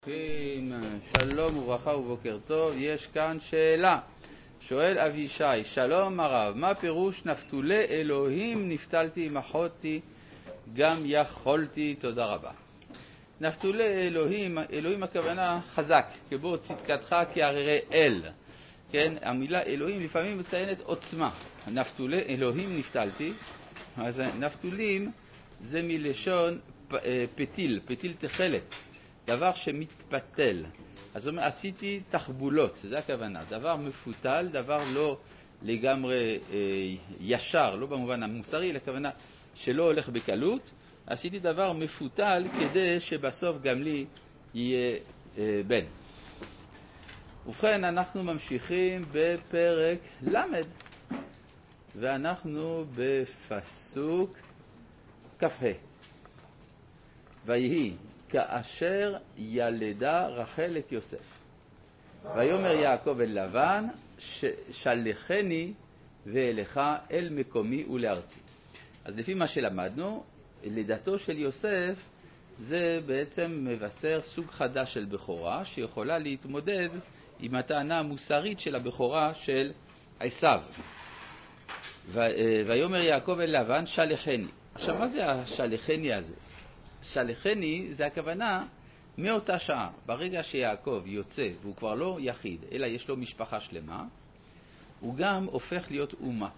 אלוקים, שלום וברכה ובוקר טוב. יש כאן שאלה. שואל אבישי, שלום הרב, מה פירוש נפתולי אלוהים נפתלתי עם אחותי גם יכולתי? תודה רבה. נפתולי אלוהים, אלוהים הכוונה חזק, כבו צדקתך כעררי אל. כן, המילה אלוהים לפעמים מציינת עוצמה. נפתולי אלוהים נפתלתי, אז נפתולים זה מלשון פתיל, פתיל תכלת, דבר שמתפתל. אז אומר, עשיתי תחבולות, זה הכוונה, דבר מפותל, דבר לא לגמרי ישר, לא במובן המוסרי, לכוונה שלא הולך בקלות. עשיתי דבר מפותל כדי שבסוף גם לי יהיה בן. ובכן, אנחנו ממשיכים בפרק למד, ואנחנו בפסוק כ"ה. ויהי כאשר ילדה רחל את יוסף, ויאמר יעקב אל לבן, שלחני ואליך אל מקומי ולארצי. אז לפי מה שלמדנו, לידתו של יוסף זה בעצם מבשר סוג חדש של בכורה שיכולה להתמודד עם הטענה המוסרית של הבכורה של עשיו. ויאמר יעקב אל לבן, שלחני. עכשיו, מה זה השלחני הזה? שלחני זה הכוונה מאותה שעה, ברגע שיעקב יוצא והוא כבר לא יחיד אלא יש לו משפחה שלמה, הוא גם הופך להיות אומה,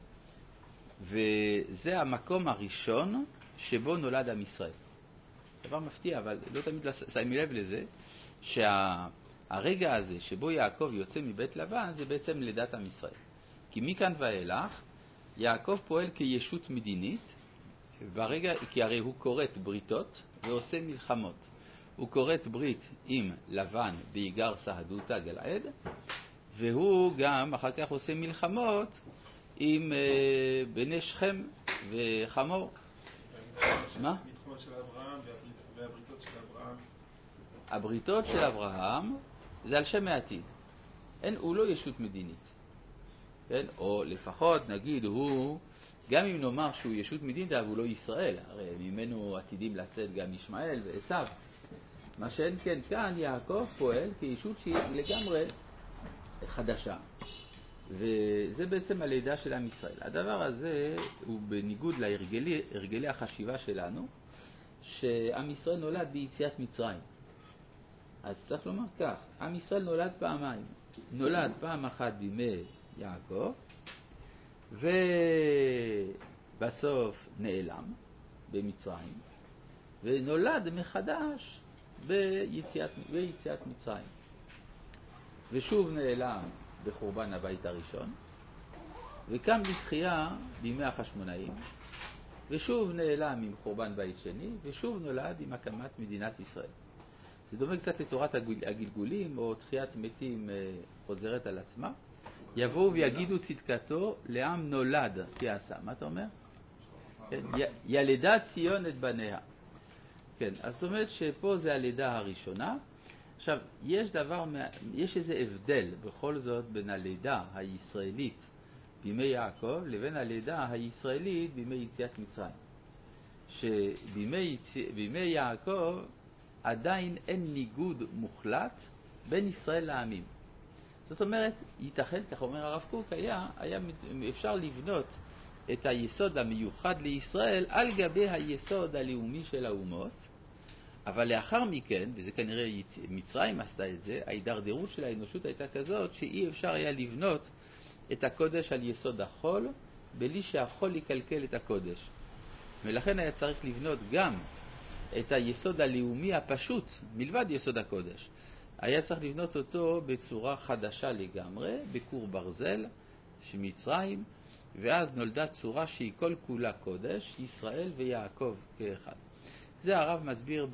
וזה המקום הראשון שבו נולד עם ישראל. דבר מפתיע, אבל לא תמיד שמים לב לזה, שהרגע הזה שבו יעקב יוצא מבית לבן זה בעצם לידת עם ישראל. כי מכאן ואילך יעקב פועל כישות מדינית, כי הרי הוא כורת בריתות ועושה מלחמות. הוא כורת ברית עם לבן ביגר סהדותה גלעד, והוא גם אחר כך עושה מלחמות עם בני שכם וחמור. מה? מלחמות של אברהם והבריתות של אברהם. הבריתות של אברהם זה על שם העתיד. הוא לא ישות מדינית. כן? או לפחות נגיד הוא, גם אם נאמר שהוא ישות מדינית, אבל הוא לא ישראל, הרי ממנו עתידים לצאת גם ישמעאל ועשיו. מה שאין כן כאן, יעקב פועל כישות שהיא לגמרי חדשה. וזה בעצם הלידה של עם ישראל. הדבר הזה הוא בניגוד להרגלי החשיבה שלנו, שעם ישראל נולד ביציאת מצרים. אז צריך לומר כך, עם ישראל נולד פעמיים. נולד פעם אחת בימי יעקב, ובסוף נעלם במצרים, ונולד מחדש ביציאת מצרים, ושוב נעלם בחורבן הבית הראשון, וקם לתחייה בימי החשמונאים, ושוב נעלם עם חורבן בית שני, ושוב נולד עם הקמת מדינת ישראל. זה דומה קצת לתורת הגלגולים, או תחיית מתים חוזרת על עצמה. יבואו ויגידו צדקתו לעם נולד תעשה. מה אתה אומר? כן, ילדה ציון את בניה. כן, אז זאת אומרת שפה זה הלידה הראשונה. עכשיו, יש איזה הבדל בכל זאת בין הלידה הישראלית בימי יעקב לבין הלידה הישראלית בימי יציאת מצרים. שבימי יעקב עדיין אין ניגוד מוחלט בין ישראל לעמים. זאת אומרת, ייתכן, כך אומר הרב קוק, היה אפשר לבנות את היסוד המיוחד לישראל על גבי היסוד הלאומי של האומות, אבל לאחר מכן, וזה כנראה מצרים עשתה את זה, ההידרדרות של האנושות הייתה כזאת שאי אפשר היה לבנות את הקודש על יסוד החול, בלי שהחול יקלקל את הקודש. ולכן היה צריך לבנות גם את היסוד הלאומי הפשוט, מלבד יסוד הקודש. היה צריך לבנות אותו בצורה חדשה לגמרי, בקור ברזל של מצרים, ואז נולדה צורה שהיא כל כולה קודש, ישראל ויעקב כאחד. זה הרב מסביר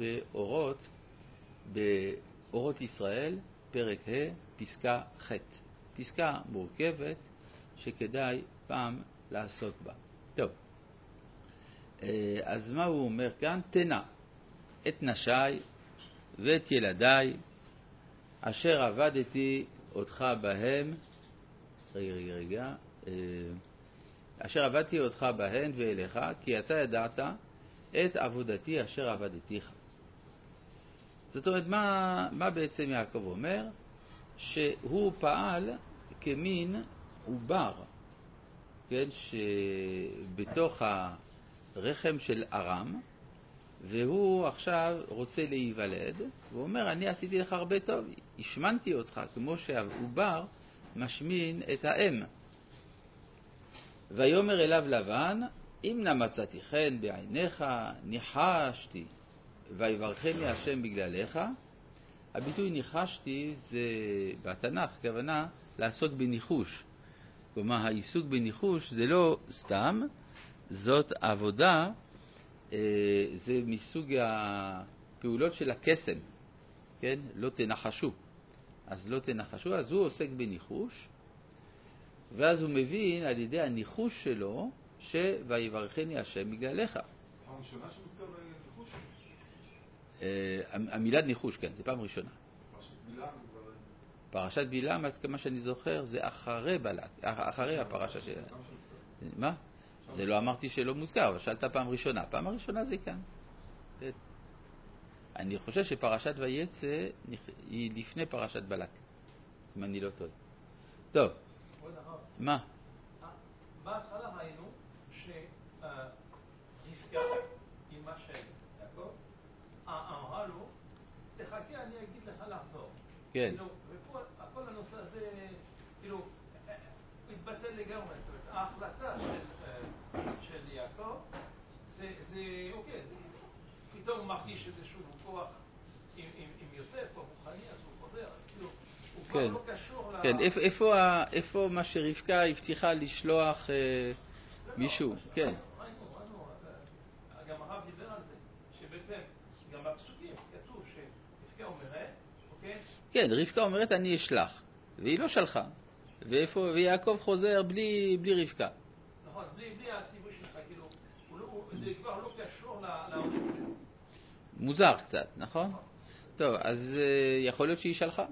באורות ישראל, פרק ה', פסקה ח'. פסקה מורכבת שכדאי פעם לעסוק בה. טוב, אז מה הוא אומר כאן? תנה את נשי ואת ילדיי אשר עבדתי אותך בהם, אשר עבדתי אותך בהן ואליך, כי אתה ידעת את עבודתי אשר עבדתיך. זאת אומרת, מה בעצם יעקב אומר? שהוא פעל כמין עובר, כן, שבתוך הרחם של ארם, והוא עכשיו רוצה להיוולד, והוא אומר, אני עשיתי לך הרבה טוב, השמנתי אותך, כמו שהעובר משמין את האם. ויאמר אליו לבן, אם נא מצאתי חן בעיניך, ניחשתי, ויברכני השם בגללך. הביטוי ניחשתי זה בתנ"ך, כוונה לעסוק בניחוש. כלומר, העיסוק בניחוש זה לא סתם, זאת עבודה, זה מסוג הפעולות של הקסם, כן? לא תנחשו. אז לא תנחשו, אז הוא עוסק בניחוש, ואז הוא מבין על ידי הניחוש שלו, שויברכני השם בגללך. פעם ראשונה שמוזכר בניחוש? המילה ניחוש, כן, זה פעם ראשונה. פרשת בלעם כבר... פרשת בלעם, עד כמה שאני זוכר, זה אחרי בלק, אחרי הפרשה של... מה? זה לא אמרתי שלא מוזכר, אבל שאלת פעם ראשונה. פעם הראשונה זה כאן. אני חושב שפרשת ויצא היא לפני פרשת בלק, אם אני לא טועה. טוב, מה? בהתחלה ראינו שרבקה, אמא של יעקב, אמרה לו, תחכה, אני אגיד לך לחזור. כן. ופה כל הנושא הזה, כאילו, התבטל לגמרי. זאת אומרת, ההחלטה של יעקב, זה אוקיי, פתאום הוא מרגיש איזשהו כוח עם יוסף, או רוחני, אז הוא חוזר, כאילו, הוא כבר לא קשור ל... כן, איפה מה שרבקה הבטיחה לשלוח מישהו? כן. ראינו, גם הרב דיבר על זה, שבעצם, גם בפסוקים כתוב שרבקה אומרת, אוקיי? כן, רבקה אומרת אני אשלח, והיא לא שלחה. ויעקב חוזר בלי רבקה. נכון, בלי הציווי שלך, כאילו, זה כבר לא קשור להורים שלו. מוזר קצת, נכון? טוב, אז יכול להיות שהיא שלחה.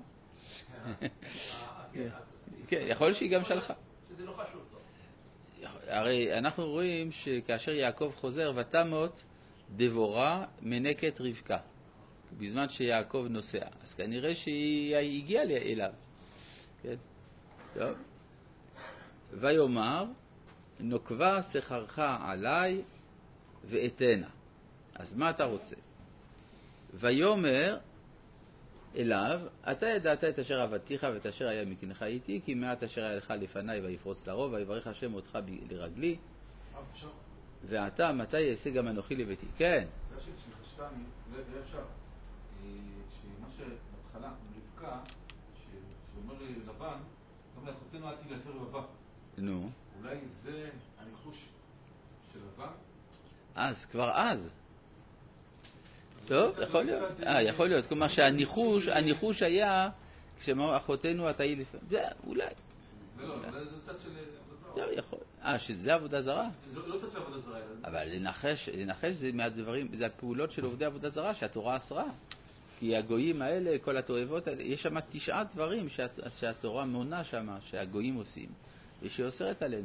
כן, יכול להיות שהיא גם שלחה. שזה לא חשוב טוב. הרי אנחנו רואים שכאשר יעקב חוזר, ותמות דבורה מנקת רבקה, בזמן שיעקב נוסע. אז כנראה שהיא הגיעה אליו. כן? טוב. ויאמר, נוקבה שכרך עליי ואתנה. אז מה אתה רוצה? ויאמר אליו, אתה ידעת את אשר עבדתיך ואת אשר היה מקנך איתי, כי מעט אשר היה לך לפניי ויפרוץ לרוב, ויברך השם אותך לרגלי, ועתה מתי יעשה גם אנוכי לביתי. כן. זה שחשבני, זה אפשר, שמה שבהתחלה, רבקה, שאומר לבן, גם לאחותנו עתי לפר לבא. נו. אולי זה הניחוש של לבן? אז, כבר אז. טוב, יכול להיות. יכול להיות. כלומר שהניחוש היה, כשאמרו אחותנו אתה היא לפעמים. זה, אולי. לא, אולי זה צד של... טוב, יכול. שזה עבודה זרה? זה לא צד של עבודה זרה. אבל לנחש זה מהדברים, זה הפעולות של עובדי עבודה זרה שהתורה אסרה. כי הגויים האלה, כל התועבות האלה, יש שם 9 דברים שהתורה מונה שם, שהגויים עושים, ושאוסרת עלינו.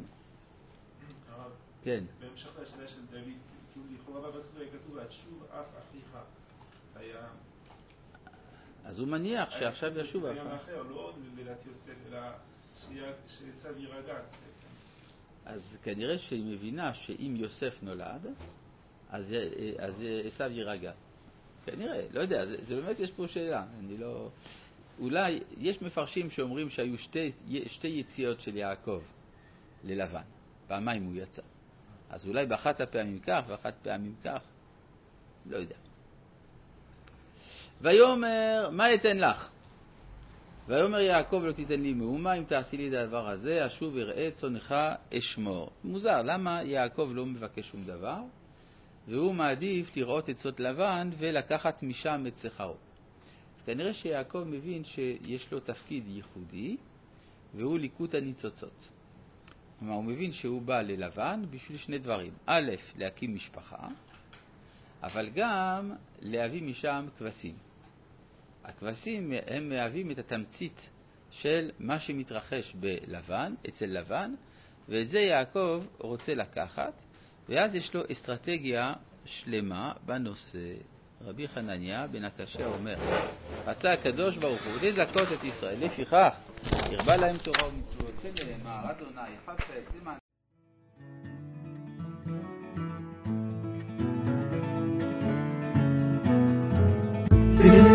כן. בהמשך לשאלה של דוד, כאילו לכאורה בסוף כתוב, התשוב אף אחיך. היה... אז הוא מניח שעכשיו ישוב אף. זה היה אחר, לא בלת יוסף, אלא שעשיו יירגע. אז כנראה שהיא מבינה שאם יוסף נולד, אז עשיו יירגע. כנראה, לא יודע, זה באמת יש פה שאלה, אני לא... אולי, יש מפרשים שאומרים שהיו שתי יציאות של יעקב ללבן, פעמיים הוא יצא. אז אולי באחת הפעמים כך ואחת פעמים כך, לא יודע. ויאמר, מה אתן לך? ויאמר יעקב לא תיתן לי מאומה, אם תעשי לי דבר הזה, אשוב אראה צונך אשמור. מוזר, למה יעקב לא מבקש שום דבר? והוא מעדיף לראות עצות לבן ולקחת משם את שכרו. אז כנראה שיעקב מבין שיש לו תפקיד ייחודי, והוא ליקוט הניצוצות. כלומר, הוא מבין שהוא בא ללבן בשביל 2 דברים. א', להקים משפחה, אבל גם להביא משם כבשים. הכבשים הם מהווים את התמצית של מה שמתרחש בלבן, אצל לבן, ואת זה יעקב רוצה לקחת, ואז יש לו אסטרטגיה שלמה בנושא. רבי חנניה בן הקשה אומר, רצה הקדוש ברוך הוא לזכות את ישראל, לפיכך הרבה להם תורה ומצוות, שנאמר אדוני חפץ למען